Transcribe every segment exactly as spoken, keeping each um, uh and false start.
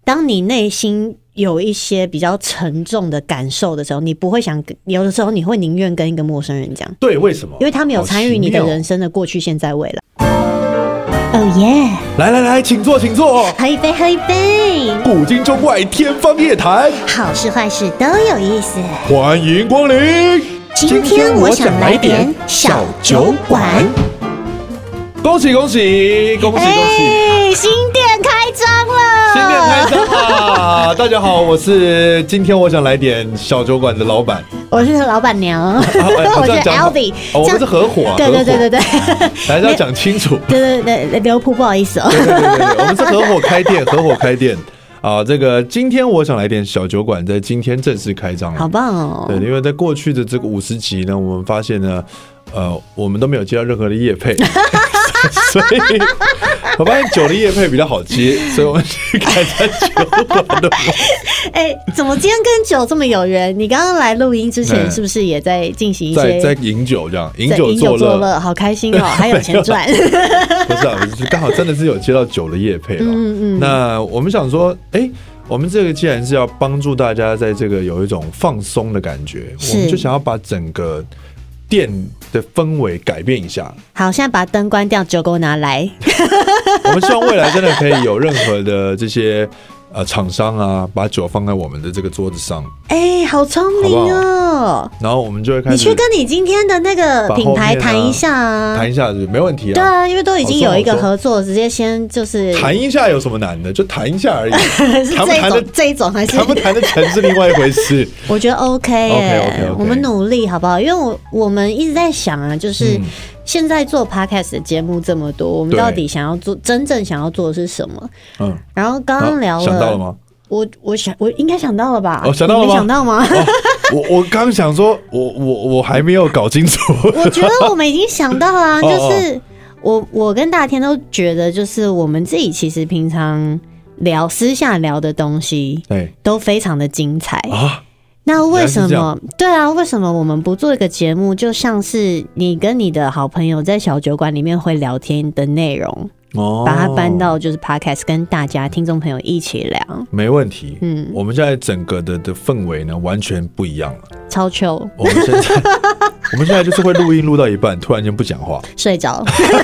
当你内心有一些比较沉重的感受的时候，你不会想，有的时候你会宁愿跟一个陌生人讲。 对，为什么？ 因为他没有参与你的人生的过去、现在、未来。哦耶！ 来来来，请坐，请坐。 喝一杯，喝一杯。 古今中外，天方夜谭， 好事坏事都有意思。 欢迎光临。 今天我想来点小酒馆。 恭喜恭喜恭喜恭喜！ 欸、新店开张了， 新店开张啦！大家好，我是今天我想来点小酒馆的老板， 我是老板娘，啊哎、我是 Alvy，、 哦、我们是合伙啊， 对对对对对， 大家要讲清楚。 对对对，刘璞不好意思哦， 对对对对，我们是合伙开店，合伙开店。啊，这个今天我想来点小酒馆，在今天正式开张了， 好棒哦！ 对，因为在过去的这个五十集呢，我们发现呢，呃，我们都没有接到任何的业配，所以我发现酒的业配比较好接，所以我们去开家酒馆的。 哎，怎么今天跟酒这么有缘？你刚刚来录音之前，是不是也在进行一些在在饮酒这样，饮酒作乐， 乐，好开心哦，还有钱赚。 不是啊，刚好真的是有接到酒的业配了。嗯嗯。那我们想说，哎、欸。我们这个既然是要帮助大家在这个有一种放松的感觉，我们就想要把整个店的氛围改变一下。 好，现在把灯关掉，酒给我拿来。 我们希望未来真的可以有任何的这些呃厂商啊，把酒放在我们的这个桌子上。哎、 欸，好聪明哦！ 好，然后我们就会开始， 你去跟你今天的那个品牌谈一下啊， 谈一下是没问题啊。 对啊，因为都已经有一个合作，直接先就是谈一下，有什么难的？就谈一下而已。 谈不谈的这一种还是谈不谈的成是另外一回事。 我觉得 OK 哎、 欸 okay, okay, okay 我们努力好不好？因为我我们一直在想啊，就是。嗯，现在做 podcast 的节目这么多，我们到底想要做真正想要做的是什么？嗯，然后刚刚聊了， 想到了吗？ 我我想我应该想到了吧？ 哦，想到了吗？ 你没想到吗？ 哦、我我刚想说，我我我还没有搞清楚。 我觉得我们已经想到了、啊，就是我我跟大天都觉得，就是我们自己其实平常聊私下聊的东西，对，都非常的精彩啊。那为什么？对啊，为什么我们不做一个节目，就像是你跟你的好朋友在小酒馆里面会聊天的内容？哦，把它搬到就是 podcast 跟大家听众朋友一起聊， 没问题。嗯，我们现在整个的的氛围呢完全不一样了， 超秋。 我们现在我们现在就是会录音录到一半，突然间不讲话， 睡着。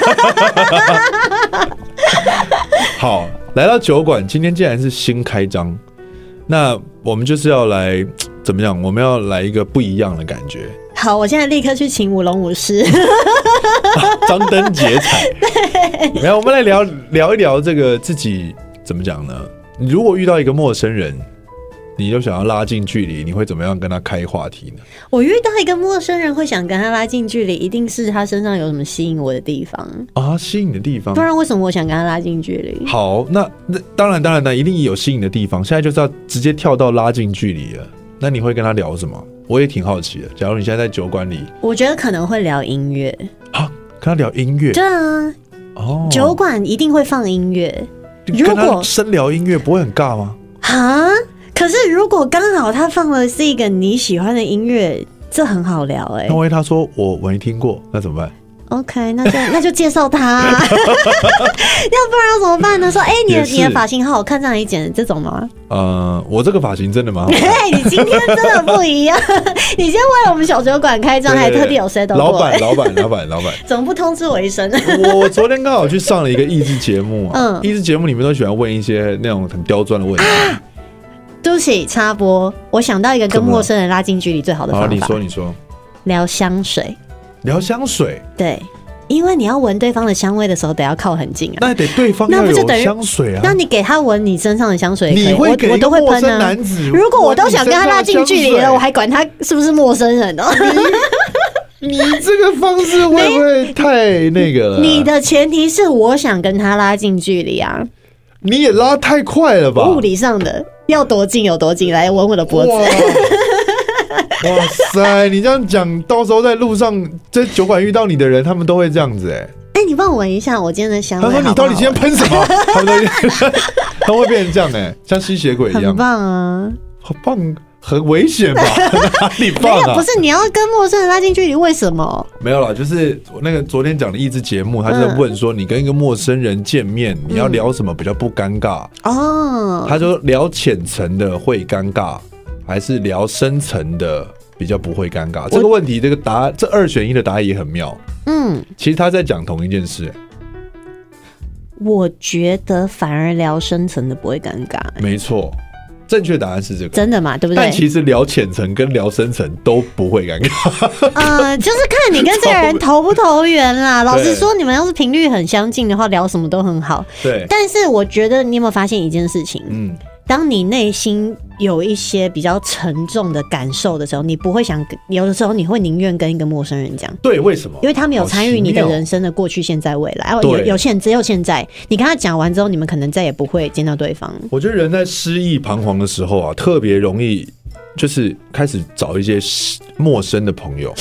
好，来到酒馆，今天既然是新开张，那我们就是要来怎么样？我们要来一个不一样的感觉。 好，我现在立刻去请舞龙舞狮， 张灯结彩。没有，我们来聊聊一聊这个自己怎么讲呢？你如果遇到一个陌生人，你就想要拉近距离，你会怎么样跟他开话题呢？ 我遇到一个陌生人，会想跟他拉近距离，一定是他身上有什么吸引我的地方啊，吸引的地方。 不然为什么我想跟他拉近距离？ 好，那那当然当然呢，一定有吸引的地方。现在就是要直接跳到拉近距离了。那你会跟他聊什么？我也挺好奇的。假如你现在在酒馆里， 我觉得可能会聊音乐啊，跟他聊音乐。 对啊，哦，酒馆一定会放音乐。 如果深聊音乐，不会很尬吗？ 啊，可是如果刚好他放的是一个你喜欢的音乐，这很好聊哎、欸。 那万一他说我没听过，那怎么办 ？OK， 那就那就介绍他、啊，要不然要怎么办呢？说，哎、欸，你的你的发型好好看，这样你剪这种吗？ 呃，我这个发型真的蛮好看。 哎，你今天真的不一样，你今天为了我们小酒馆开张，还特地有 set 过。 老板，老板，老板，老板， 怎么不通知我一声？ 我昨天刚好去上了一个益智节目啊，益智节目里面都喜欢问一些那种很刁钻的问题。啊、 对不起，插播，我想到一个跟陌生人拉近距离最好的方法。 好，你说，你说， 聊香水。 聊香水， 对，因为你要闻对方的香味的时候，得要靠很近啊。 那得对方要有香水啊。 那你给他闻你身上的香水， 你会给一个陌生男子？ 如果我都想跟他拉近距离了，我还管他是不是陌生人哦？ 你, 你这个方式会不会太那个了？ 你的前提是我想跟他拉近距离啊。 你也拉太快了吧？ 物理上的要多近有多近，来闻我的脖子。 哇塞，你这样讲，到时候在路上在酒馆遇到你的人，他们都会这样子哎、欸。 哎、欸，你帮我闻一下我今天的香味好不好？ 他说你到底今天喷什么？他们都他们会变成这样哎、欸，像吸血鬼一样。 很棒啊， 好棒， 很危险吧？哪里放啊？ 没有，不是你要跟陌生人拉近距离，为什么？ 没有啦，就是那个昨天讲的益智节目，他就在问说，你跟一个陌生人见面，嗯、你要聊什么比较不尴尬？哦，他说聊浅层的会尴尬，还是聊深层的比较不会尴尬？这个问题，这个答案，这二选一的答案也很妙。嗯，其实他在讲同一件事、欸。 我觉得反而聊深层的不会尴尬、欸。 没错。正确答案是这个， 真的嘛？对不对？ 但其实聊浅层跟聊深层都不会尴尬。 呃，就是看你跟这个人投不投缘啦。老实说，你们要是频率很相近的话，聊什么都很好。 对。 但是我觉得你有没有发现一件事情？嗯。当你内心有一些比较沉重的感受的时候，你不会想，有的时候你会宁愿跟一个陌生人讲。 对，为什么？ 因为他没有参与你的人生的过去、现在、未来，有有现只有现在。你跟他讲完之后，你们可能再也不会见到对方。 我觉得人在失意彷徨的时候啊，特别容易就是开始找一些陌生的朋友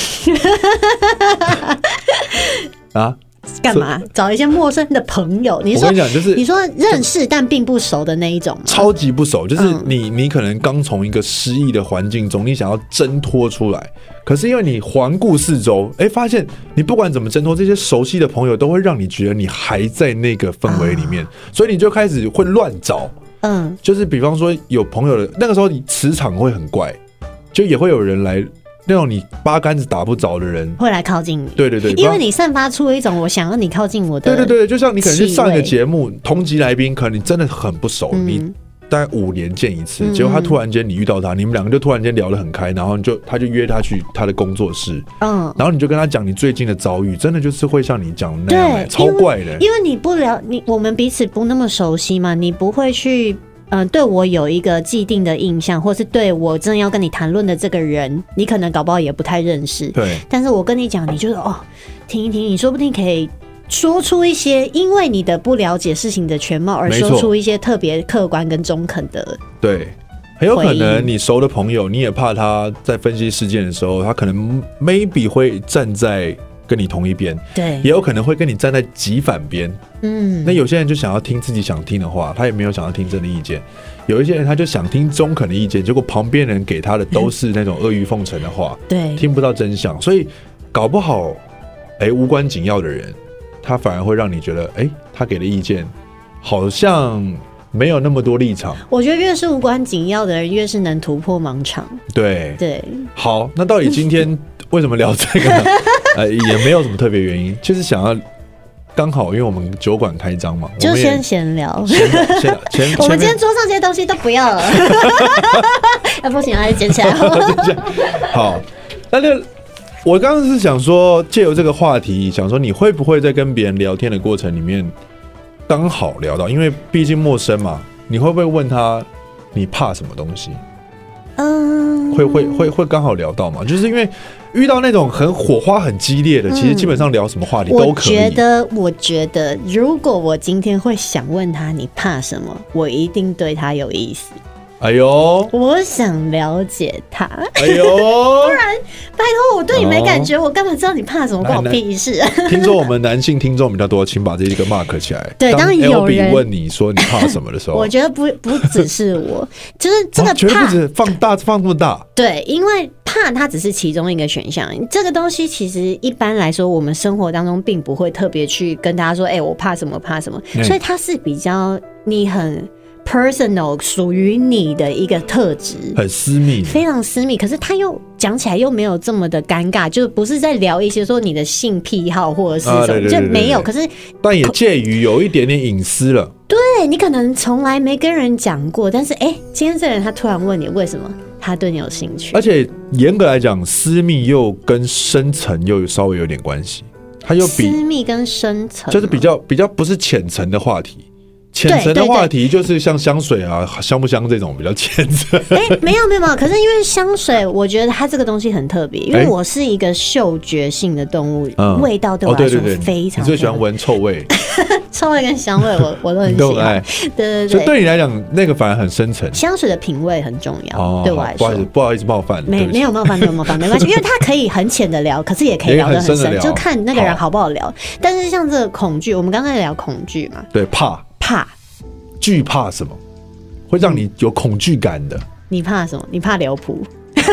啊。 干嘛找一些陌生的朋友？你说， 我跟你讲，就是你说认识但并不熟的那一种吗？ 超级不熟，就是你，你可能刚从一个失意的环境中，你想要挣脱出来，可是因为你环顾四周，哎、欸，发现你不管怎么挣脱，这些熟悉的朋友都会让你觉得你还在那个氛围里面，啊、所以你就开始会乱找。嗯，就是比方说有朋友的那个时候，你磁场会很怪，就也会有人来。那种你八竿子打不着的人会来靠近你， 对对对， 因为你散发出一种我想要你靠近我的， 对对对，就像你可能去上一个节目，同级来宾可能你真的很不熟，嗯、你大概五年见一次，嗯、结果他突然间你遇到他，你们两个就突然间聊得很开，然后就他就约他去他的工作室，嗯，然后你就跟他讲你最近的遭遇，真的就是会像你讲的那样、欸，超怪的， 因为你不聊你我们彼此不那么熟悉嘛，你不会去。嗯、呃，对我有一个既定的印象，或是对我真的要跟你谈论的这个人，你可能搞不好也不太认识。 对， 但是我跟你讲，你就是哦，听一听，你说不定可以说出一些因为你的不了解事情的全貌而说出一些特别客观跟中肯的。 对，很有可能你熟的朋友，你也怕他在分析事件的时候，他可能 maybe 会站在跟你同一边， 对， 也有可能会跟你站在极反边。嗯，那有些人就想要听自己想听的话，他也没有想要听真的意见。有一些人他就想听中肯的意见，结果旁边人给他的都是那种阿谀奉承的话， 对， 听不到真相，所以搞不好，哎、欸，无关紧要的人，他反而会让你觉得，哎、欸，他给的意见好像没有那么多立场。 我觉得越是无关紧要的人，越是能突破盲场。 对对， 好，那到底今天为什么聊这个呢？呃，也没有什么特别原因，就是想要刚好，因为我们酒馆开张嘛， 就先闲聊。 先先前我们今天桌上这些东西都不要了，要不行，还是捡起来。 好，那就我刚刚是想说，借由这个话题，想说你会不会在跟别人聊天的过程里面，刚好聊到，因为毕竟陌生嘛，你会不会问他你怕什么东西？嗯，会会会会刚好聊到嘛？就是因为遇到那种很火花很激烈的，嗯、其实基本上聊什么话题都可以。 我觉得，我觉得，如果我今天会想问他你怕什么，我一定对他有意思。 哎呦， 我想了解他。 哎呦， 不然拜托我对你没感觉，哦、我干嘛知道你怕什么？关我屁事、啊！ 听说我们男性听众比较多，请把这一个 mark 起来。 对，当有人问你说你怕什么的时候， 我觉得不不只是我，就是这个怕， 绝对不止放大放这么大。 对，因为怕它只是其中一个选项。这个东西其实一般来说，我们生活当中并不会特别去跟大家说，哎、欸，我怕什么怕什么，嗯、所以它是比较你很。personal 属于你的一个特质， 很私密， 非常私密。可是他又讲起来又没有这么的尴尬，就不是在聊一些说你的性癖好或者是什么，啊、对对对对对就没有。可是， 但也介于有一点点隐私了。 对你可能从来没跟人讲过，但是哎、欸，今天这个人他突然问你为什么，他对你有兴趣。 而且严格来讲，私密又跟深层又稍微有点关系，它又比私密跟深层就是比较比较不是浅层的话题。浅层的话题就是像香水啊，香不香这种比较浅层。 哎、欸，没有没有没有，可是因为香水，我觉得它这个东西很特别，因为我是一个嗅觉性的动物，嗯、味道对我来说非常。 你最喜欢闻臭味， 臭味跟香味我我都很喜欢。对对对， 所以对你来讲，那个反而很深层。 香水的品味很重要，哦、对我来说。 不好意思，不好意思冒犯。 没没有冒犯，没有冒犯，没关系，因为它可以很浅的聊，可是也可以聊得很深，就看那个人好不好聊。但是像这个恐惧，我们刚才聊恐惧嘛， 对，怕。 怕， 惧怕什么？会让你有恐惧感的？ 你怕什么？你怕流谱？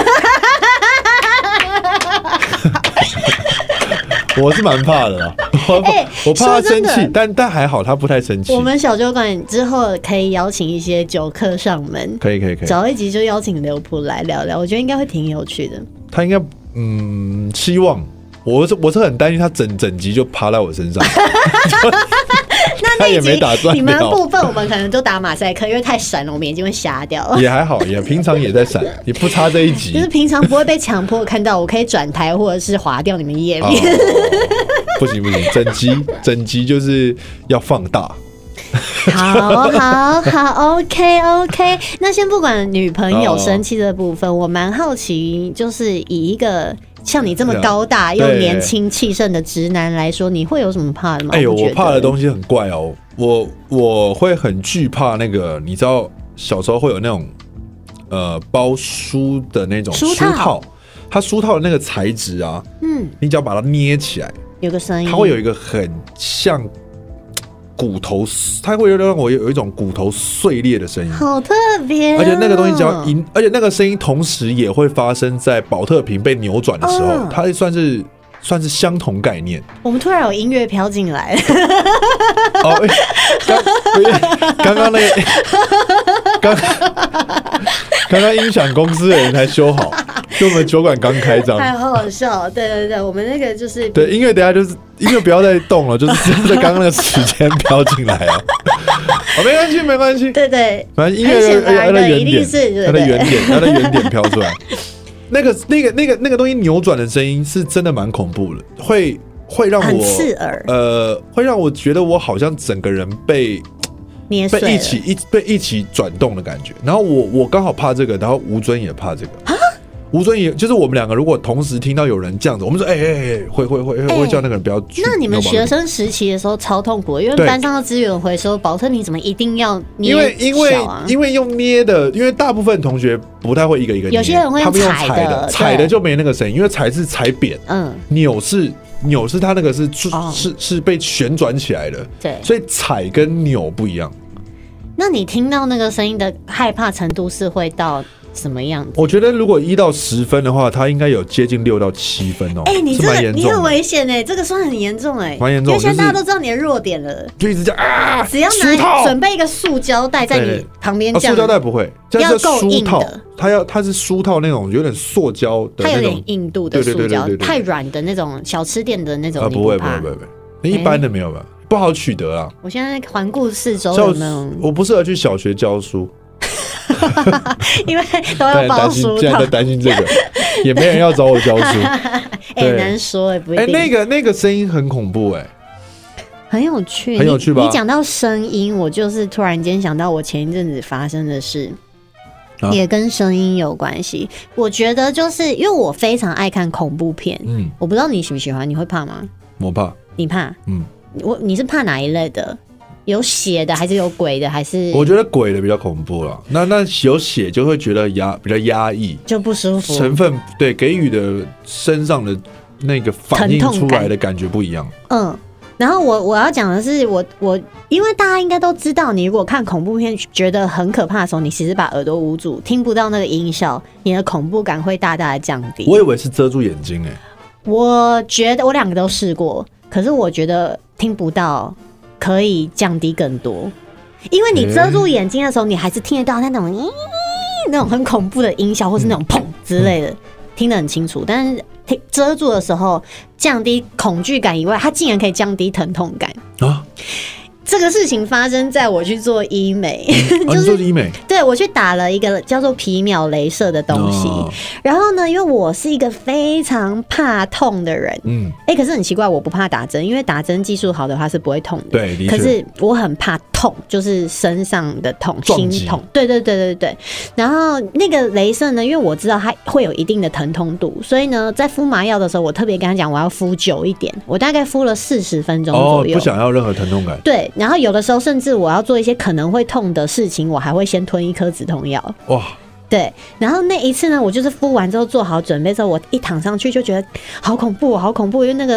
我是蛮怕的啦，我、欸、我怕他生气，但但还好他不太生气。 我们小酒馆之后可以邀请一些酒客上门， 可以可以可以， 找一集就邀请刘普来聊聊，我觉得应该会挺有趣的。 他应该嗯，希望我是我是很担心他整整集就趴在我身上。 那那一集你们的部分我们可能就打马赛克，因为太闪了，我们眼睛会瞎掉。 也还好，也平常也在闪，也不差这一集。 就是平常不会被强迫看到，我可以转台或者是滑掉你们页面。哦、 不行不行，整集整集就是要放大。 好好好 ，OK OK。那先不管女朋友生气的部分，哦、我蛮好奇，就是以一个像你这么高大又年轻气盛的直男来说，你会有什么怕的吗？ 哎呦，我怕的东西很怪哦，我我会很惧怕那个，你知道小时候会有那种呃包书的那种书套，它书套的那个材质啊，嗯，你只要把它捏起来， 有个声音， 它会有一个很像骨头，它会让我有一种骨头碎裂的声音， 好特别、哦。 而且那个东西只要一，而且那个声音同时也会发生在保特瓶被扭转的时候，哦、它算是算是相同概念。我们突然有音乐飘进来， 哦，刚刚那个，刚刚刚音响公司的人才修好。就我们酒馆刚开张， 太好笑了。对对对，我们那个就是对音乐，等一下就是音乐不要再动了，就是在刚刚那个时间飘进来啊。哦，没关系，没关系。 对对， 反正音乐要在原点，它的原点，它的原点飘出来。那个、那个、那个、那个东西扭转的声音是真的蛮恐怖的，会会让我很刺耳， 呃，会让我觉得我好像整个人被捏碎了， 被一起一被一起转动的感觉。然后我我刚好怕这个，然后吴尊也怕这个。吴尊也就是我们两个，如果同时听到有人这样子，我们说哎哎哎，会会会会叫那个人不要去。 那你们学生时期的时候超痛苦，因为班上的资源回收，保特瓶怎么一定要捏小啊？ 因为因为因为用捏的，因为大部分同学不太会一个一个捏， 有些人会用踩的，踩的就没那个声音，因为踩是踩扁，嗯，扭是扭是它那个是是、哦、是是被旋转起来的， 对， 所以踩跟扭不一样。 那你听到那个声音的害怕程度是会到什么样子？ 我觉得如果一到十分的话，它应该有接近六到七分哦。 哎、欸，你这个你很危险哎，这个算很严重哎， 蛮严重。 因为现在大家都知道你的弱点了， 就一直讲啊， 只要拿准备一个塑胶袋在你旁边，这样、 哦、塑胶袋不会， 要够硬的。 它要它是书套那种有点塑胶的那种， 它有点硬度的塑胶，太软的那种小吃店的那种， 啊不会不会不会不会，一般的没有吧。不好取得啊！ 我现在环顾四周有没有？ 我不适合去小学教书， 因为都要包书套。 现在在担心这个，也没人要找我教书。 哎、欸，难说哎、欸，不一定。 哎、欸，那个那个声音很恐怖哎、欸， 很有趣， 很有趣吧？ 你讲到声音，我就是突然间想到我前一阵子发生的事。啊、也跟声音有关系，我觉得就是因为我非常爱看恐怖片，嗯，我不知道你喜不喜欢，你会怕吗？ 我怕， 你怕，嗯。我你是怕哪一类的？有血的还是有鬼的？还是我觉得鬼的比较恐怖了。那那有血就会觉得压比较压抑， 就不舒服。 成分对给予的身上的那个反应出来的感觉不一样。 嗯，然后我我要讲的是，我我因为大家应该都知道，你如果看恐怖片觉得很可怕的时候，你其实把耳朵捂住，听不到那个音效，你的恐怖感会大大的降低。 我以为是遮住眼睛哎、欸， 我觉得我两个都试过。可是我觉得听不到可以降低更多，因为你遮住眼睛的时候，你还是听得到那种咦那种很恐怖的音效，或是那种砰之类的，听得很清楚。但是遮住的时候，降低恐惧感以外，它竟然可以降低疼痛感啊！这个事情发生在我去做医美， 嗯、就是、哦、做医美， 对我去打了一个叫做皮秒雷射的东西。哦、然后呢，因为我是一个非常怕痛的人，嗯，哎、欸，可是很奇怪，我不怕打针，因为打针技术好的话是不会痛的。 对， 可是我很怕痛，就是身上的痛、心痛。对对对对对。然后那个雷射呢，因为我知道它会有一定的疼痛度，所以呢，在敷麻药的时候，我特别跟他讲，我要敷久一点，我大概敷了四十分钟左右、 哦，不想要任何疼痛感。 对。然后有的时候甚至我要做一些可能会痛的事情，我还会先吞一颗止痛药。哇，对。然后那一次呢，我就是敷完之后做好准备之后，我一躺上去就觉得好恐怖，好恐怖，因为那个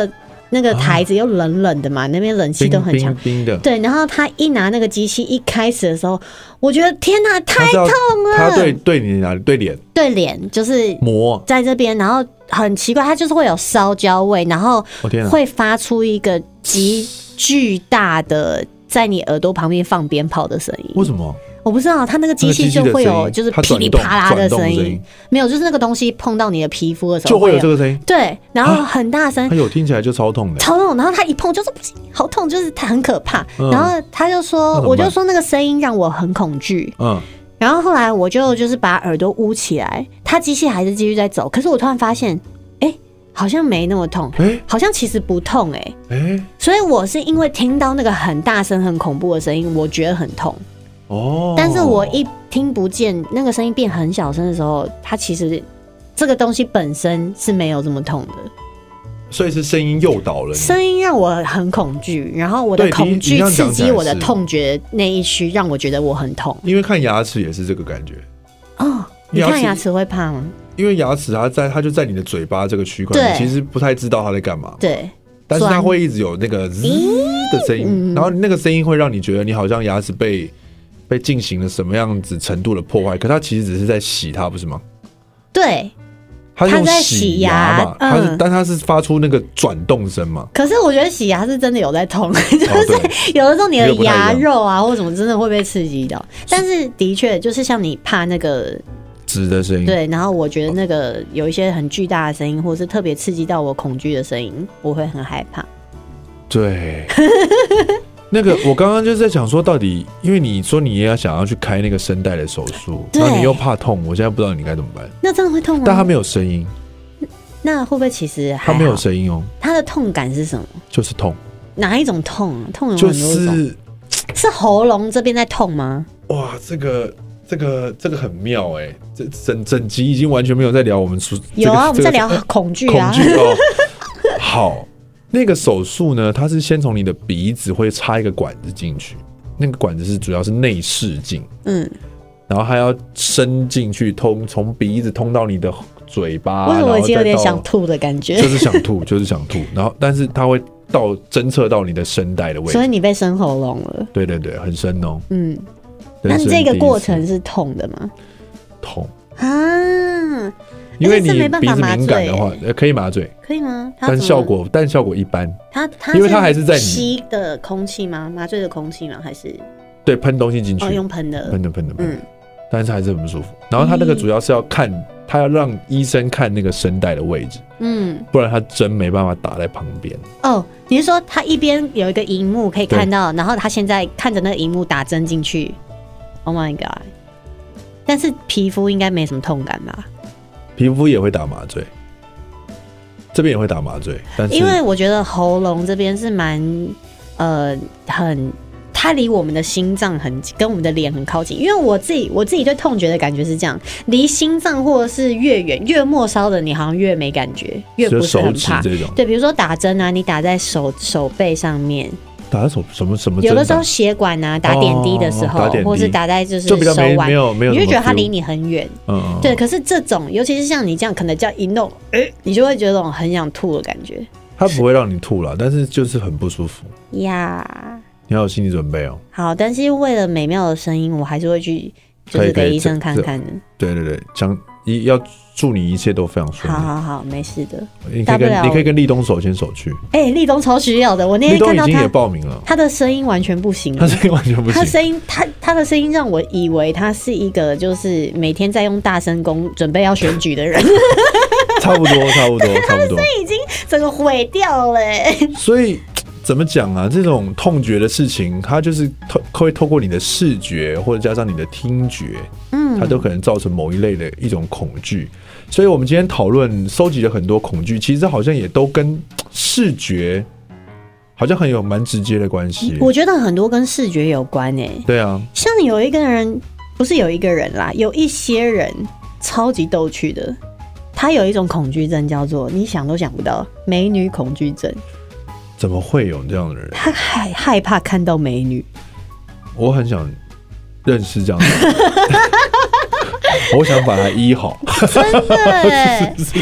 那个台子又冷冷的嘛，啊、那边冷气都很强， 冰冰的。 对，然后他一拿那个机器一开始的时候，我觉得天哪，太痛了。 他对对你哪里？对脸？对脸，就是磨在这边，然后很奇怪，它就是会有烧焦味，然后会发出一个极巨大的在你耳朵旁边放鞭炮的声音。 为什么？ 我不知道，它那个机器就会有就是噼里啪啦的声音，没有，就是那个东西碰到你的皮肤的时候就会有这个声音， 对，然后很大声， 它有听起来就超痛的， 超痛，然后它一碰就是不行，好痛，就是它很可怕。嗯、然后他就说，我就说那个声音让我很恐惧，嗯，然后后来我就就是把耳朵捂起来，它机器还是继续在走，可是我突然发现，哎、欸，好像没那么痛，哎、欸，好像其实不痛、欸，哎，哎，所以我是因为听到那个很大声、很恐怖的声音，我觉得很痛。哦，但是我一听不见那个声音变很小声的时候，它其实这个东西本身是没有这么痛的， 所以是声音诱导了你， 声音让我很恐惧，然后我的恐惧刺激我的痛觉那一区，让我觉得我很痛。 因为看牙齿也是这个感觉哦，你看牙齿会怕吗？ 因为牙齿它在它就在你的嘴巴这个区块，你其实不太知道它在干嘛， 对， 但是它会一直有那个滋的声音，嗯、然后那个声音会让你觉得你好像牙齿被。被进行了什么样子程度的破坏？可它其实只是在洗它，不是吗？ 对， 它用洗牙嘛，它是，但它是发出那个转动声嘛。 可是我觉得洗牙是真的有在痛，就是有的时候你的牙肉啊或什么真的会被刺激到。但是的确就是像你怕那个纸的声音， 对，然后我觉得那个有一些很巨大的声音，或是特别刺激到我恐惧的声音，我会很害怕。 对。那个，我刚刚就是在讲说，到底因为你说你也要想要去开那个声带的手术，然后你又怕痛，我现在不知道你该怎么办。 那真的会痛吗？ 但它没有声音， 那会不会其实还好？ 它没有声音哦。 它的痛感是什么？ 就是痛。哪一种痛啊？痛有很多种。就是是喉咙这边在痛吗？ 哇，这个这个这个很妙哎、欸，这整整集已经完全没有在聊我们说、这个、 有啊，我们在聊恐惧啊。 恐惧哦。好。那个手术呢，它是先从你的鼻子会插一个管子进去，那个管子是主要是内视镜，嗯，然后还要伸进去通，从鼻子通到你的嘴巴。 为什么我已经有点想吐的感觉？ 就是想吐，就是想吐。然后，但是它会到侦测到你的声带的位置， 所以你被伸喉咙了。 对对对，很深哦。嗯， 那这个过程是痛的吗？ 痛啊。 因为你鼻子敏感的话，呃，可以麻醉， 可以吗？ 但效果但效果一般。 它它因为它还是在你吸的空气吗？麻醉的空气吗？还是对喷东西进去？ 哦，用喷的， 喷的喷的喷的，但是还是很不舒服。然后它那个主要是要看，他要让医生看那个声带的位置，嗯，不然他针没办法打在旁边。 哦，你是说他一边有一个荧幕可以看到，然后他现在看着那个荧幕打针进去 ？Oh my god！ 但是皮肤应该没什么痛感吧？ 皮肤也会打麻醉，这边也会打麻醉，但是因为我觉得喉咙这边是蛮呃很，它离我们的心脏很跟我们的脸很靠近。因为我自己我自己对痛觉的感觉是这样，离心脏或者是越远越末梢的，你好像越没感觉，越不是很怕。 这种对， 比如说打针啊，你打在手手背上面。 打在手什么什么？ 有的时候血管啊，打点滴的时候，哦、或是打在就是手腕， 没有没有， 你就觉得它离你很远。嗯，对。可是这种，尤其是像你这样，可能叫一弄，哎、欸，你就会觉得那种很想吐的感觉。 它不会让你吐啦，但是就是很不舒服呀。你要有心理准备哦。 好，但是为了美妙的声音，我还是会去，就是给医生看看的。 对对对，讲一要。祝你一切都非常顺利。 好好好，没事的。 你可以跟你可以跟立东手牵手去。 哎、欸，立东超需要的。我那天看到他， 立东已经也报名了。 他的声音完全不行了， 他声音完全不行。 他声音，他他的声音让我以为他是一个就是每天在用大声公准备要选举的人。 差不多，差不多，差不多。 他的声音已经整个毁掉了、欸。 所以怎么讲啊？这种痛觉的事情，它就是透会透过你的视觉，或者加上你的听觉，嗯，它都可能造成某一类的一种恐惧。所以我们今天讨论收集了很多恐惧，其实好像也都跟视觉好像很有蛮直接的关系。 我觉得很多跟视觉有关诶、欸。 对啊， 像有一个人，不是有一个人啦，有一些人超级逗趣的，他有一种恐惧症叫做你想都想不到美女恐惧症。 怎么会有这样的人？ 他害害怕看到美女。 我很想认识这样的人。我想把它医好。 真的耶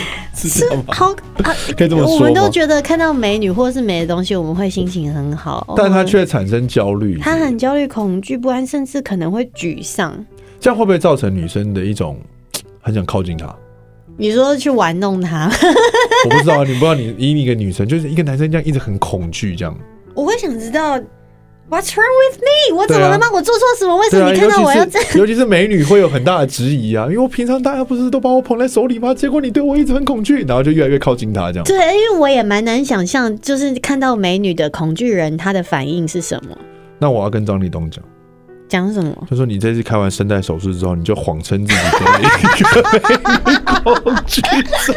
是吗？ 好啊， 可以这么说吗？ 我们都觉得看到美女或是美的东西，我们会心情很好， 但他却产生焦虑， 他很焦虑、恐惧、不安，甚至可能会沮丧。 这样会不会造成女生的一种很想靠近他？ 你说去玩弄他？ 我不知道，你不知道你，你以你一个女生，就是一个男生这样一直很恐惧这样。 我会想知道 What's wrong with me？ 我怎么了吗？啊、我做错什么？为什么你看到我要这样？ 尤其是美女会有很大的质疑啊，因为我平常大家不是都把我捧在手里吗？结果你对我一直很恐惧，然后就越来越靠近他这样。 对，因为我也蛮难想象，就是看到美女的恐惧人，他的反应是什么。 那我要跟张立东讲。 讲什么？ 就说你这次开完声带手术之后，你就谎称自己得了一个恐惧症。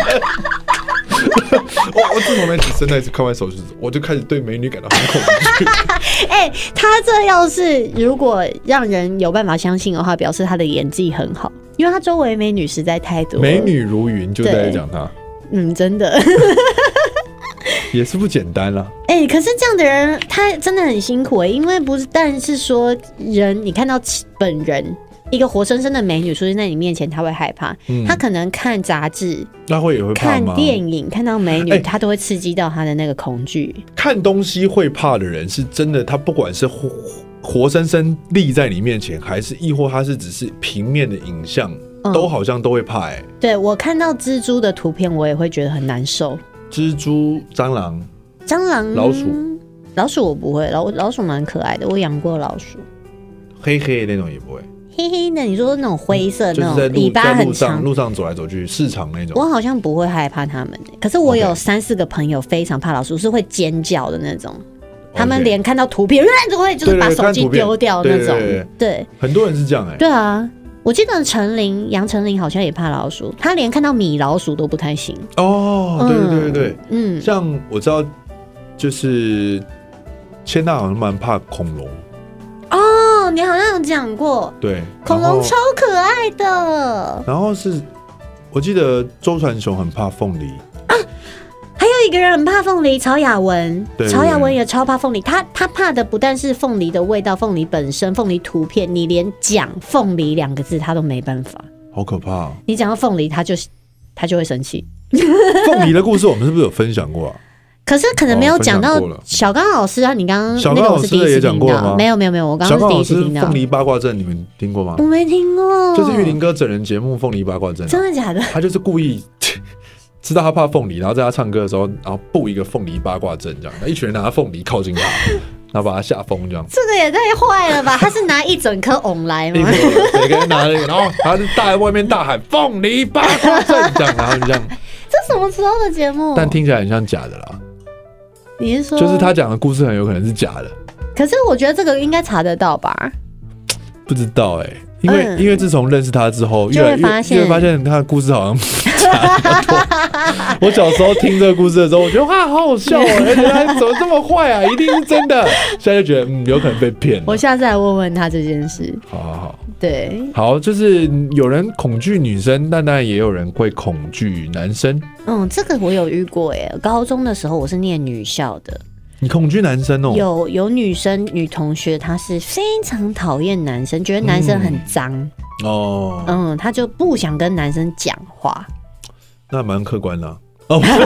我我自从那次声带开完手术，我就开始对美女感到很恐惧。 哎、欸，他这要是如果让人有办法相信的话，表示他的演技很好，因为他周围美女实在太多了， 美女如云，就在讲他。 嗯，真的。 也是不简单啦。 哎、欸，可是这样的人他真的很辛苦哎、欸，因为不是，但是说人，你看到本人一个活生生的美女出现在你面前，他会害怕。嗯、他可能看杂志， 那会也会怕吗？ 看电影看到美女，欸、他都会刺激到他的那个恐惧。 看东西会怕的人是真的，他不管是活活生生立在你面前，还是亦或他是只是平面的影像，嗯、都好像都会怕哎、欸。 对，我看到蜘蛛的图片，我也会觉得很难受。 蜘蛛、蟑螂、 蟑螂、 老鼠， 老鼠我不会，老老鼠蛮可爱的，我养过老鼠。 黑黑的那种也不会， 黑黑的，你说那种灰色、嗯、那种尾巴很长， 路上走来走去，市场那种， 我好像不会害怕它们、欸。可是我有三四个朋友非常怕老鼠，是会尖叫的那种。他们连看到图片，就会就是把手机丢掉那种。对, 对, 对, 对, 对， 很多人是这样哎、欸。 对啊。我记得陈琳杨丞琳好像也怕老鼠，她连看到米老鼠都不太行。 哦，对对对对， 嗯， 像我知道，就是千娜好像蛮怕恐龙。 哦，你好像有讲过， 对， 恐龙超可爱的。 然后是，我记得周传雄很怕凤梨。啊， 还有一个人很怕凤梨，曹雅文。 对对对， 曹雅文也超怕凤梨，他他怕的不但是凤梨的味道、凤梨本身、凤梨图片，你连讲凤梨两个字他都没办法。 好可怕、啊！ 你讲到凤梨，他就他就会生气。 凤梨的故事我们是不是有分享过啊？ 可是可能没有讲到小刚老师啊，你刚刚小刚老师也讲过吗？ 没有没有没有，我刚刚是第一次听到。 凤梨八卦阵，你们听过吗？ 我没听过， 就是玉林哥整人节目《凤梨八卦阵》， 真的假的？ 他就是故意知道他怕凤梨，然后在他唱歌的时候，然后布一个凤梨八卦阵，这样，一群人拿凤梨靠近他，然后把他吓疯，这样。 这个也太坏了吧！他是拿一整颗藕来吗？ 每个人拿那个，然后他是大在外面大喊“凤梨八卦阵”这样，然后就这样。 这什么时候的节目？ 但听起来很像假的啦。 你是说， 就是他讲的故事很有可能是假的？ 可是我觉得这个应该查得到吧？ 不知道哎、欸，因为、嗯、因为自从认识他之后，越来越越发现他的故事好像假的多。我小时候听这个故事的时候，我觉得哇，好好笑哦、喔，而且他怎么这么坏啊？一定是真的。现在就觉得嗯，有可能被骗了。 我下次来问问他这件事。 好好好， 对， 好，就是有人恐惧女生，但当然也有人会恐惧男生。 嗯，这个我有遇过耶。高中的时候我是念女校的。 你恐惧男生哦？ 有有女生女同学，她是非常讨厌男生，觉得男生很脏、嗯、哦，嗯，她就不想跟男生讲话。 那蛮客观的、啊。哦，没有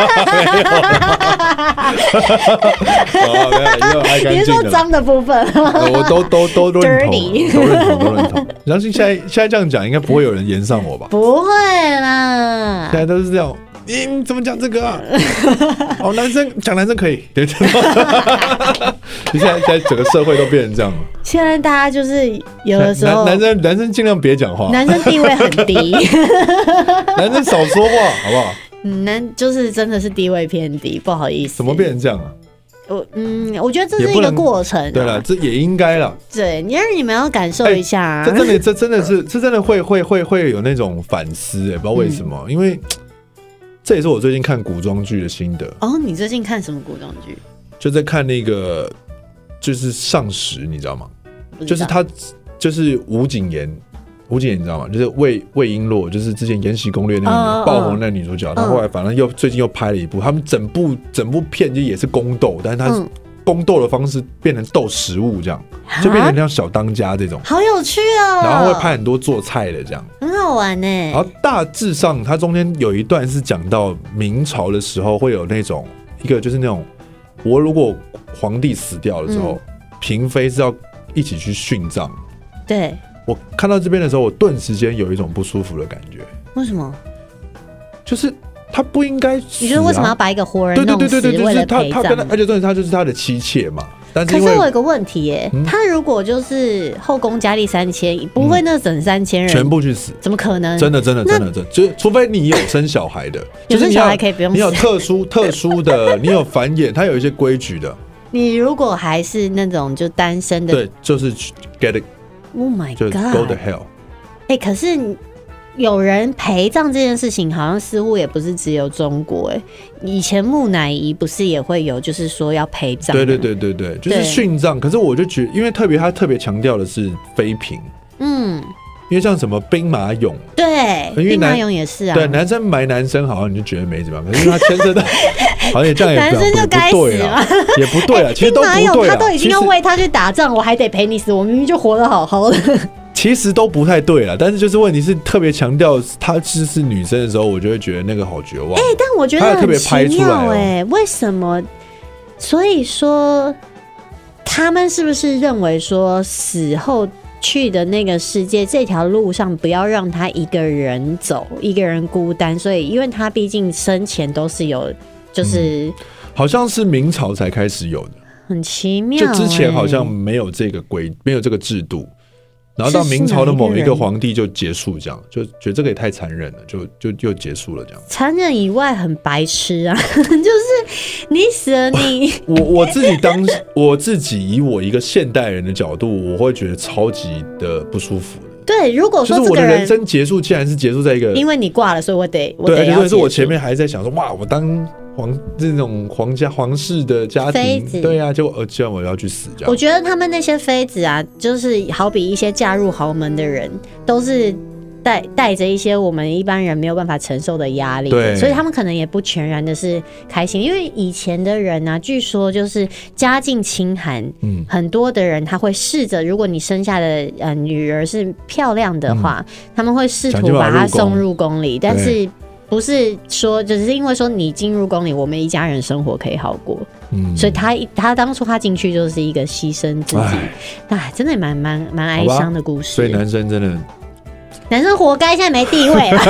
啦， 你是说脏的部分？ 我都都都都认同，都认同，都认同。相信现在现在这样讲，应该不会有人延上我吧？ 不会啦， 现在都是这样。你、欸、怎么讲这个啊？哦，男生讲男生可以，对，你现在现在整个社会都变成这样了。 现在大家就是有的时候， 男生男生尽量别讲话， 男生地位很低， 男生少说话，好不好？ 嗯，男就是真的是地位偏低，不好意思。 怎么变成这样啊？ 我嗯，我觉得这是一个过程、啊。 对了，这也应该了。 对，因为你们要感受一下、啊欸。这真的，这真的是，这真的会会会会有那种反思、欸，哎，不知道为什么，嗯、因为。这也是我最近看古装剧的心得哦。你最近看什么古装剧？ 就在看那个，就是上时，你知道吗？就是他，就是吴谨言，吴谨言你知道吗？就是魏魏璎珞，就是之前《延禧攻略》那个爆红那女主角，她、哦、后来反正又最近又拍了一部，他们整部整部片就也是宫斗，但是她宫斗的方式变成斗食物，这样就变成像小当家这种， 好有趣哦。 然后会拍很多做菜的这样， 很好玩呢。 然后大致上，它中间有一段是讲到明朝的时候会有那种一个就是那种，我如果皇帝死掉了之后，嗯、嫔妃是要一起去殉葬。 对， 我看到这边的时候，我顿时间有一种不舒服的感觉。 为什么？ 就是他不应该死、啊。 你觉得为什么要把一个活人弄死？对对对对对，为了陪葬？ 而且重点他就是他的妻妾嘛。但是可是我有个问题耶、嗯，他如果就是后宫佳丽三千，不会那整三千人、 嗯、全部去死？ 怎么可能？ 真的真的真的真的，就除非你有生小孩的， 有生小孩可以不用死， 你有特殊特殊的，你有繁衍，他有一些规矩的。 你如果还是那种就单身的， 对，就是 get it。Oh my god！ go to hell。 哎、欸，可是有人陪葬这件事情，好像似乎也不是只有中国哎、欸。以前木乃伊不是也会有，就是说要陪葬。 对对对对对，就是殉葬。可是我就觉得，因为特别他特别强调的是妃嫔，嗯，因为像什么兵马俑， 对，兵马俑也是啊。 对，男生埋男生好像你就觉得没怎么样，可是因为他牵涉到，好像也这样也男生就该死嘛， 也不对啊，其实都不对啊。 兵马俑他都已经要为他去打仗，我还得陪你死，我明明就活得好好的。 其实都不太对啦，但是就是问题是特别强调她是是女生的时候，我就会觉得那个好绝望。 哎、欸，但我觉得很奇妙哎、欸，为什么？所以说，他们是不是认为说死后去的那个世界这条路上不要让他一个人走，一个人孤单？所以，因为他毕竟生前都是有，就是、嗯、 好像是明朝才开始有的， 很奇妙、欸。 就之前好像没有这个规，没有这个制度。然后到明朝的某一个皇帝就结束，这样就觉得这个也太残忍了，就就就结束了这样。 残忍以外很白痴啊，就是你死了你我我自己当我自己以我一个现代人的角度，我会觉得超级的不舒服的。 对，如果说就是我的人生结束，竟然是结束在一个， 因为你挂了，所以我得我得对，而且是我前面还在想说，哇，我当皇这种皇家皇室的家庭，对啊，就呃，这样我要去死这样。 我觉得他们那些妃子啊，就是好比一些嫁入豪门的人，都是带带着一些我们一般人没有办法承受的压力的，所以他们可能也不全然的是开心。因为以前的人啊，据说就是家境清寒，嗯，很多的人他会试着，如果你生下的呃女儿是漂亮的话，嗯、他们会试图把她送入宫里，但是不是说只是因为说你进入宫里，我们一家人生活可以好过，嗯，所以他他当初他进去就是一个牺牲自己，哎，真的蛮蛮蛮哀伤的故事。 所以男生真的。 男生活该，现在没地位了。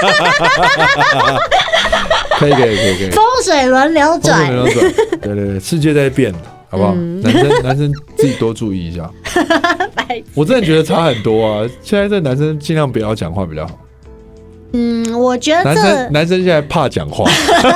可以可以可以可以， 风水轮流转， 风水轮流转，对对对，世界在变，好不好？嗯、男生男生自己多注意一下。我真的觉得差很多啊！现在这男生尽量不要讲话比较好。 嗯，我觉得男生男生现在怕讲话，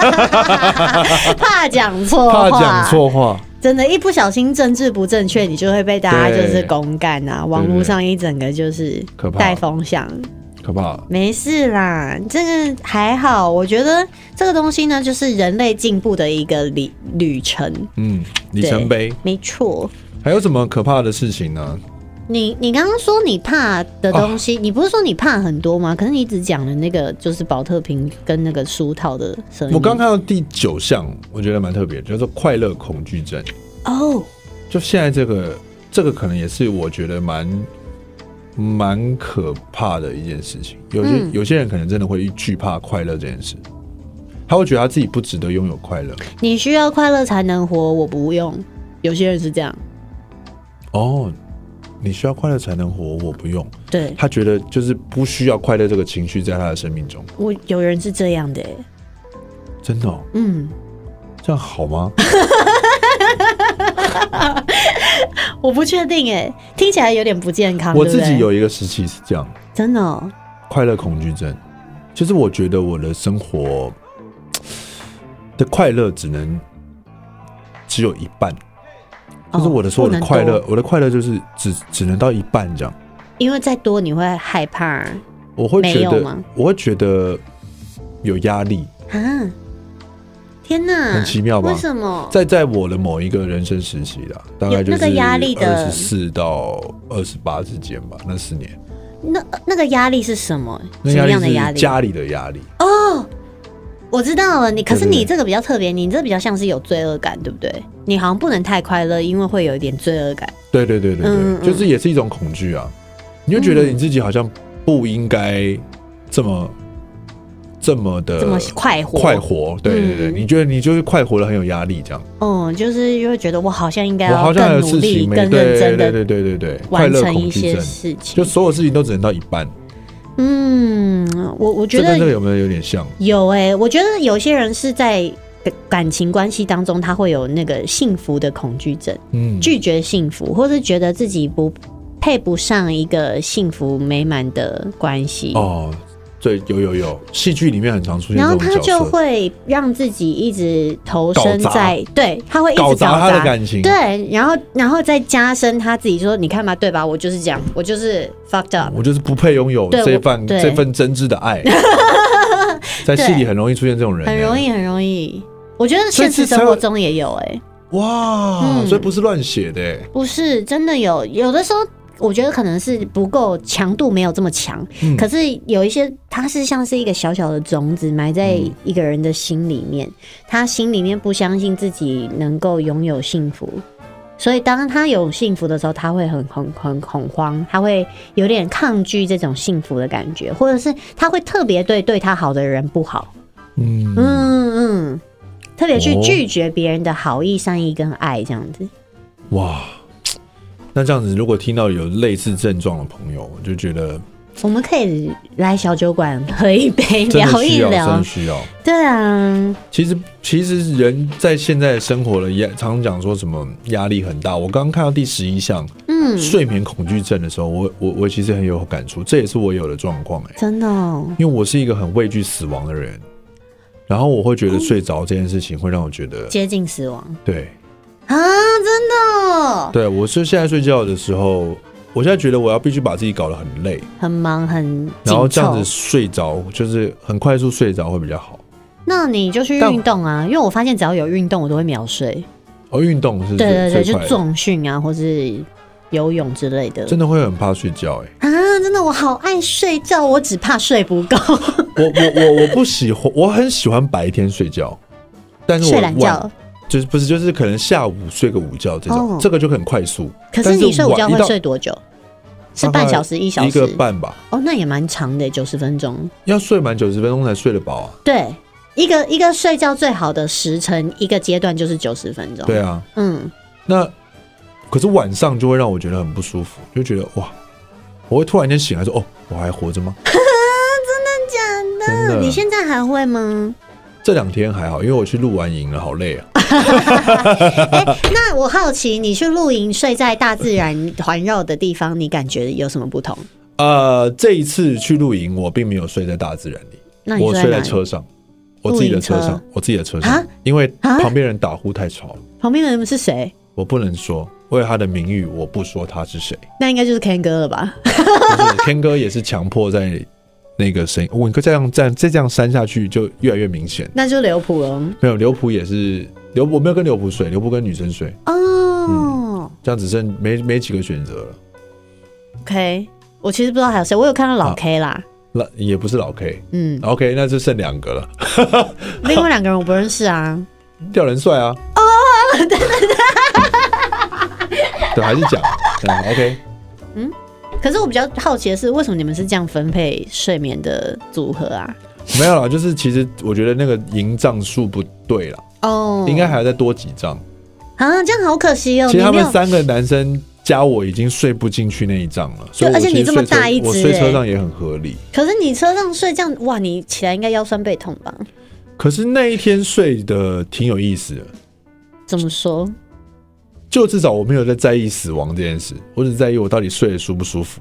怕讲错话， 怕讲错话。 真的，一不小心政治不正确，你就会被大家就是公干啊，网络上一整个就是带风向， 可怕。 没事啦，这个还好。我觉得这个东西呢，就是人类进步的一个旅旅程， 嗯，里程碑， 没错。 还有什么可怕的事情呢？ 你你刚刚说你怕的东西、啊，你不是说你怕很多吗？可是你只讲了那个就是宝特瓶跟那个书套的声音。 我刚看到第九项，我觉得蛮特别的，叫做快乐恐惧症。哦，就现在这个这个可能也是我觉得蛮蛮可怕的一件事情。有些、嗯、有些人可能真的会惧怕快乐这件事，他会觉得他自己不值得拥有快乐。 你需要快乐才能活，我不用。有些人是这样。 哦。你需要快乐才能活，我不用。 对， 他觉得就是不需要快乐这个情绪在他的生命中。 我有人是这样的耶， 真的、哦？嗯，这样好吗？ 我不确定哎，听起来有点不健康。 我自己有一个时期是这样， 真的、哦。 快乐恐惧症，就是我觉得我的生活的快乐只能只有一半。就是我的所有的快乐，我的快乐就是只只能到一半这样。 因为再多你会害怕， 我会觉得，我会觉得有压力啊！ 天哪， 很奇妙吧？ 为什么？ 在在我的某一个人生时期啦，大概就是二十四到二十八之间吧，那四年。 那那个压力是什么？什么样的压力？ 家里的压力哦。 我知道了，你可是你这个比较特别，你这比较像是有罪恶感，对不对？你好像不能太快乐，因为会有一点罪恶感。 对对对对对，嗯嗯就是也是一种恐惧啊。你就觉得你自己好像不应该这么这么的这么快活， 快活。对对对，嗯、你觉得你就是快活的很有压力，这样。 嗯，就是就会觉得我好像应该要更努力、更认真的， 对对对对对， 完成一些事情。 就所有事情都只能到一半。 嗯，我我觉得这跟这个有没有有点像？ 有哎、欸，我觉得有些人是在感情关系当中，他会有那个幸福的恐惧症，嗯，拒绝幸福，或是觉得自己不配不上一个幸福美满的关系。哦， 对，有有有，戏剧里面很常出现这种角色， 然后他就会让自己一直投身在，对，他会一直搞砸他的感情， 对，然后然后再加深他自己说，你看嘛，对吧？我就是这样，我就是 fucked up， 我就是不配拥有这份这份真挚的爱。在戏里很容易出现这种人、欸， 很容易很容易。我觉得现实生活中也有哎、欸， 哇、嗯，所以不是乱写的、欸， 不是真的有，有的时候。我觉得可能是不够强度没有这么强、嗯，可是有一些它是像是一个小小的种子埋在一个人的心里面，他心里面不相信自己能够拥有幸福，所以当他有幸福的时候，他会很很很恐慌，他会有点抗拒这种幸福的感觉，或者是他会特别对对他好的人不好，嗯嗯嗯，特别去拒绝别人的好意、善意跟爱这样子， 哇。那这样子，如果听到有类似症状的朋友，我就觉得我们可以来小酒馆喝一杯，聊一聊， 真的需要。 对啊， 其实其实人在现在生活的压，常常讲说什么压力很大。我刚刚看到第十一项，嗯，睡眠恐惧症的时候，我我我其实很有感触，这也是我有的状况哎， 真的、哦， 因为我是一个很畏惧死亡的人，然后我会觉得睡着这件事情会让我觉得接近死亡， 对。 啊，真的、哦？ 对，我是现在睡觉的时候，我现在觉得我要必须把自己搞得很累、 很忙、很， 然后这样子睡着，就是很快速睡着会比较好。 那你就去运动啊，因为我发现只要有运动，我都会秒睡。 哦，运动是？ 对对对，就重训啊，或是游泳之类的。 真的会很怕睡觉哎、 欸。啊，真的，我好爱睡觉，我只怕睡不够。 我我我我不喜欢，我很喜欢白天睡觉，但是我睡懒觉。 就是不是就是可能下午睡个午觉这种、哦，这个就很快速。 可是你睡午觉会睡多久？是半小时、一小时、 一个半吧？ 哦，那也蛮长的，九十分钟。 要睡满九十分钟才睡得饱啊？ 对，一个一个睡觉最好的时辰，一个阶段就是九十分钟。 对啊，嗯。那可是晚上就会让我觉得很不舒服，就觉得哇，我会突然间醒来说：“哦，我还活着吗？” 真的假的？真的？你现在还会吗？ 这两天还好，因为我去露完营了，好累啊。 欸、那我好奇，你去露营睡在大自然环绕的地方，你感觉有什么不同？ 呃，这一次去露营，我并没有睡在大自然里， 那你我睡在车上，我自己的车上，我自己的车上，因为旁边人打呼太吵了。 旁边的人是谁？ 我不能说，为了他的名誉，我不说他是谁。 那应该就是 Ken 哥了吧？ 不是 Ken 哥也是强迫在。那个声音，我这样再再这样删下去就越来越明显。 那就刘普了。 没有，刘普也是刘，我没有跟刘普睡，刘普跟女生睡。哦、嗯，这样只剩没没几个选择了。 OK， 我其实不知道还有谁，我有看到老 K 啦。 那、啊、也不是老 K， 嗯 ，OK， 那就剩两个了。 另外两个人我不认识啊。 吊人帅啊。 哦，对对对。 对，还是讲 ，OK。 嗯。可是我比较好奇的是，为什么你们是这样分配睡眠的组合啊？ 没有啦，就是其实我觉得那个营帐数不对啦，哦，应该还要再多几帐啊，这样好可惜哦。 其实他们三个男生加我已经睡不进去那一帐了，所以而且你这么大一只、欸， 我睡车上也很合理。 可是你车上睡这样，哇，你起来应该腰酸背痛吧？ 可是那一天睡的挺有意思的。 怎么说？ 就至少我没有在在意死亡这件事，我只在意我到底睡得舒不舒服。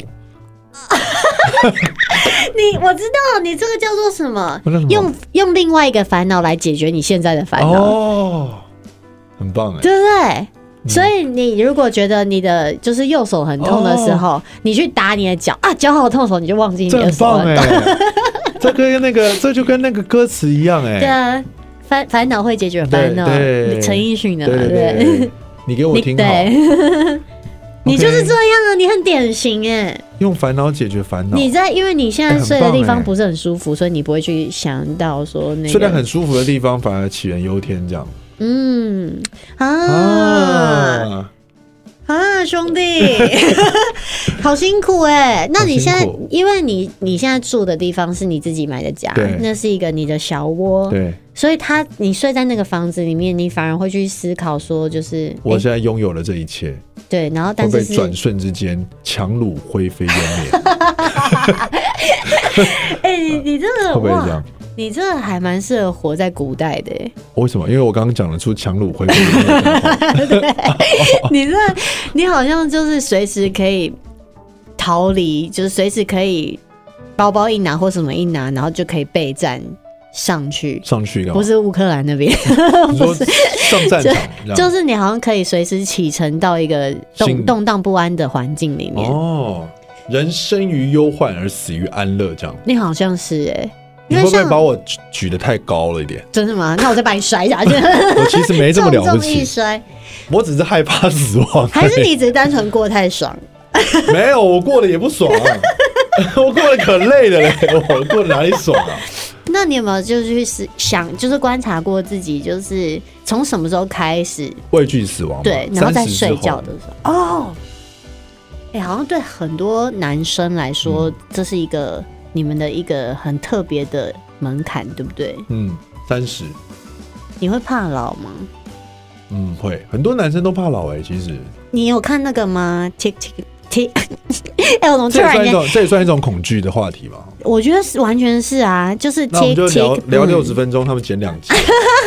你我知道你这个叫做什么？用用另外一个烦恼来解决你现在的烦恼。 哦，很棒哎， 对不对？嗯、所以你如果觉得你的就是右手很痛的时候，哦、你去打你的脚啊，脚好痛的时候，你就忘记你的手很痛。 这跟那个这就跟那个歌词一样哎。 对啊，烦烦恼会解决烦恼，陈奕迅的嘛，对。 你给我听好， 你就是这样啊，你很典型哎。 用烦恼解决烦恼。 你在，因为你现在睡的地方不是很舒服，欸、所以你不会去想到说那个睡在很舒服的地方反而杞人忧天这样。 嗯啊啊，啊兄弟，好辛苦哎、欸！那你现在，因为你你现在住的地方是你自己买的家，那是一个你的小窝， 对， 所以他你睡在那个房子里面，你反而会去思考说，就是我现在拥有了这一切， 对，然后但是会被转瞬之间强弩灰飞烟灭。 哎、欸，你你这个会不会这样？ 你这个还蛮适合活在古代的耶。 为什么？因为我刚刚讲得出强弩灰飞烟灭的话。 对，你这你好像就是随时可以逃离，就是随时可以包包一拿或什么一拿，然后就可以备战上去。 上去干嘛？ 不是乌克兰那边， 你说上战场就， 就是你好像可以随时启程到一个动动荡不安的环境里面。 哦，人生于忧患而死于安乐，这样。 你好像是哎、欸。 你会不会把我举得太高了一点？ 真的吗？那我再把你摔下去。 我其实没这么了不起， 重重一摔， 我只是害怕死亡。 还是你只是单纯过太爽？ 没有，我过得也不爽啊，我过得可累了嘞，我过得哪里爽啊？ 那你有没有就是去想，就是观察过自己，就是从什么时候开始畏惧死亡？ 对，然后在睡觉的时候，哦，哎、欸，好像对很多男生来说，嗯、这是一个。你们的一个很特别的门槛，对不对？ 嗯，三十。 你会怕老吗？ 嗯，会。很多男生都怕老哎、欸，其实。 你有看那个吗 ？Tick Tick Tick。哎，我怎么突然间？ 这也算一种，这也算一种恐惧的话题吗？ 我觉得是，完全是啊，就是 Tick Tick。 那我们就聊聊六十分钟，他们剪两集。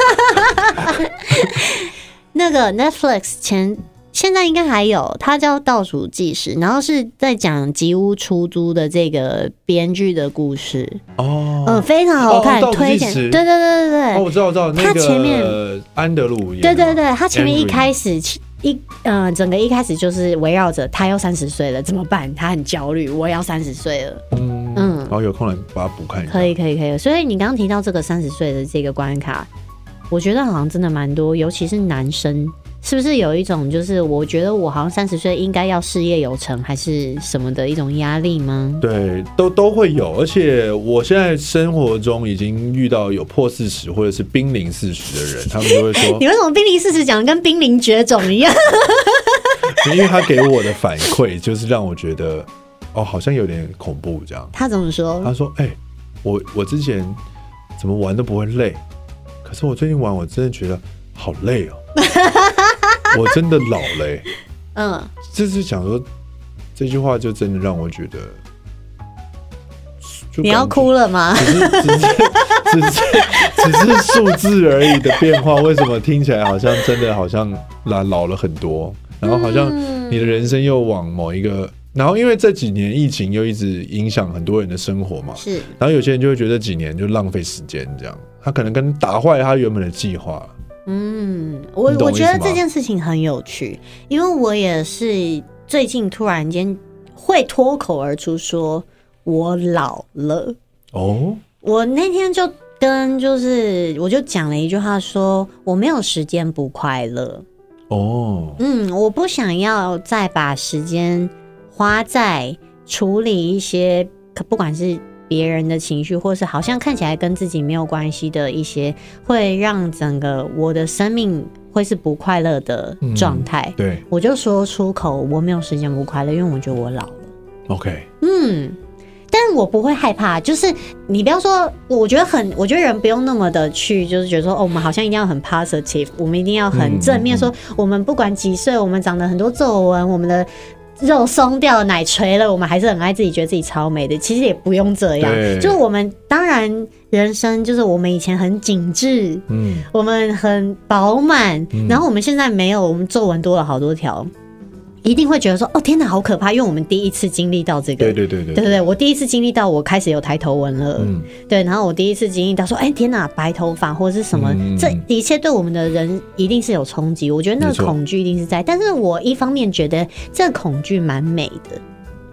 那个 Netflix 前。现在应该还有，它叫《倒数计时》，然后是在讲吉屋出租的这个编剧的故事哦，嗯，非常好看，哦、推荐。对对对对对， 哦，我知道我知道，那个、 他前面安德鲁， 对对对，他前面一开始一呃，整个一开始就是围绕着他要三十岁了怎么办？他很焦虑，我也要三十岁了，嗯嗯， 然后有空来把它补看一下， 可以可以可以。所以你刚刚提到这个三十岁的这个关卡，我觉得好像真的蛮多，尤其是男生。是不是有一种就是我觉得我好像三十岁应该要事业有成还是什么的一种压力吗？ 对，都都会有，而且我现在生活中已经遇到有破四十或者是濒临四十的人，他们就会说：“ 你为什么濒临四十讲跟濒临绝种一样？” 因为他给我的反馈就是让我觉得哦，好像有点恐怖这样。 他怎么说？ 他说：“哎、欸，我我之前怎么玩都不会累，可是我最近玩我真的觉得好累哦。”我真的老了、欸，嗯，就是想说这句话就真的让我觉得， 你要哭了吗？ 只是只是只是只是数字而已的变化，为什么听起来好像真的好像老老了很多？然后好像你的人生又往某一个，然后因为这几年疫情又一直影响很多人的生活嘛， 是， 然后有些人就会觉得这几年就浪费时间，这样他可能跟打坏他原本的计划。 嗯，我我觉得这件事情很有趣，因为我也是最近突然间会脱口而出说我老了哦。我那天就跟就是我就讲了一句话说我没有时间不快乐哦。嗯，我不想要再把时间花在处理一些不管是别人的情绪，或是好像看起来跟自己没有关系的一些，会让整个我的生命会是不快乐的状态、嗯。对，我就说出口，我没有时间不快乐，因为我觉得我老了。 OK， 嗯，但我不会害怕，就是你不要说，我觉得很，我觉得人不用那么的去，就是觉得说，哦，我们好像一定要很 positive， 我们一定要很正面，说、嗯、我们不管几岁，我们长得很多皱纹，我们的。肉松掉了，奶垂了，我们还是很爱自己，觉得自己超美的。其实也不用这样，就是我们当然人生就是我们以前很紧致，嗯，我们很饱满、嗯，然后我们现在没有，我们皱纹多了好多条。一定会觉得说哦天哪好可怕，因为我们第一次经历到这个， 对对对 对, 对, 对, 对我第一次经历到我开始有抬头纹了、嗯、对，然后我第一次经历到说哎、欸、天哪白头发或者是什么、嗯、这一切对我们的人一定是有冲击，我觉得那个恐惧一定是在，但是我一方面觉得这个恐惧蛮美的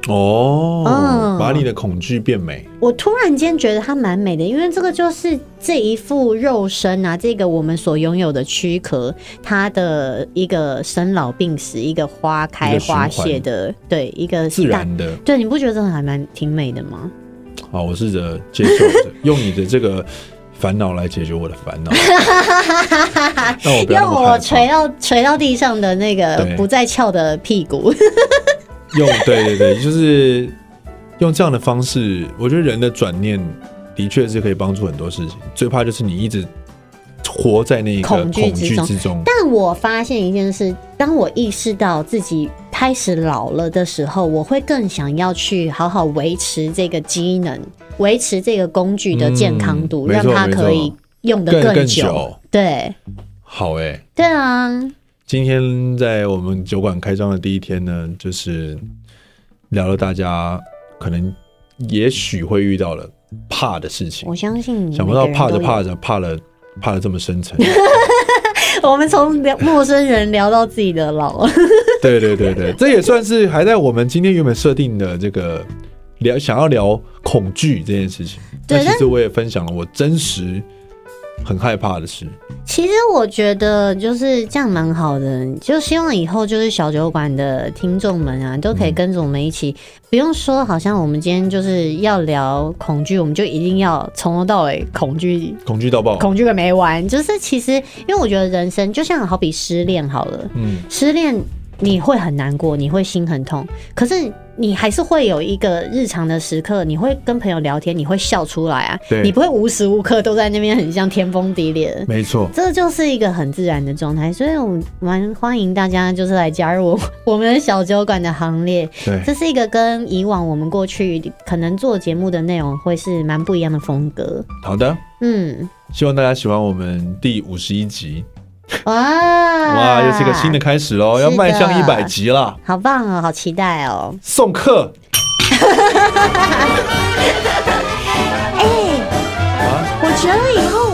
哦，嗯，把你的恐惧变美。 我突然间觉得它蛮美的，因为这个就是这一副肉身啊，这个我们所拥有的躯壳，它的一个生老病死，一个花开花谢的，对，一个自然的。 对，你不觉得这还蛮挺美的吗？ 好，我试着接受着，用你的这个烦恼来解决我的烦恼。让我不要那么害怕， 用我垂到垂到地上的那个不再翘的屁股。 用对对对，就是用这样的方式，我觉得人的转念的确是可以帮助很多事情。最怕就是你一直活在那个恐惧之中。之中但我发现一件事，当我意识到自己开始老了的时候，我会更想要去好好维持这个机能，维持这个工具的健康度，嗯、让它可以用得更久。更久对， 好哎、欸， 对啊。 今天在我们酒馆开张的第一天呢，就是聊了大家可能也许会遇到了怕的事情。 我相信想不到怕着怕着怕了怕了这么深沉。 我们从陌生人聊到自己的老。 对对对对，这也算是还在我们今天原本设定的这个聊想要聊恐惧这件事情。对，其实我也分享了我真实很害怕的事。 其实我觉得就是这样蛮好的，就希望以后就是小酒馆的听众们啊，都可以跟着我们一起，嗯、不用说好像我们今天就是要聊恐惧，我们就一定要从头到尾恐惧， 恐惧到爆， 恐惧个没完。就是其实，因为我觉得人生就像好比失恋好了，嗯，失恋你会很难过，你会心很痛，可是你还是会有一个日常的时刻，你会跟朋友聊天，你会笑出来啊，你不会无时无刻都在那边很像天崩地裂的。 没错， 这就是一个很自然的状态，所以我蛮欢迎大家就是来加入我们的小酒馆的行列。 对， 这是一个跟以往我们过去可能做节目的内容会是蛮不一样的风格。 好的，嗯，希望大家喜欢我们第五十一集。哇哇，又是一个新的开始喽，要迈向一百集了， 好棒哦，好期待哦！ 送客， 哎、欸，啊，我觉得以后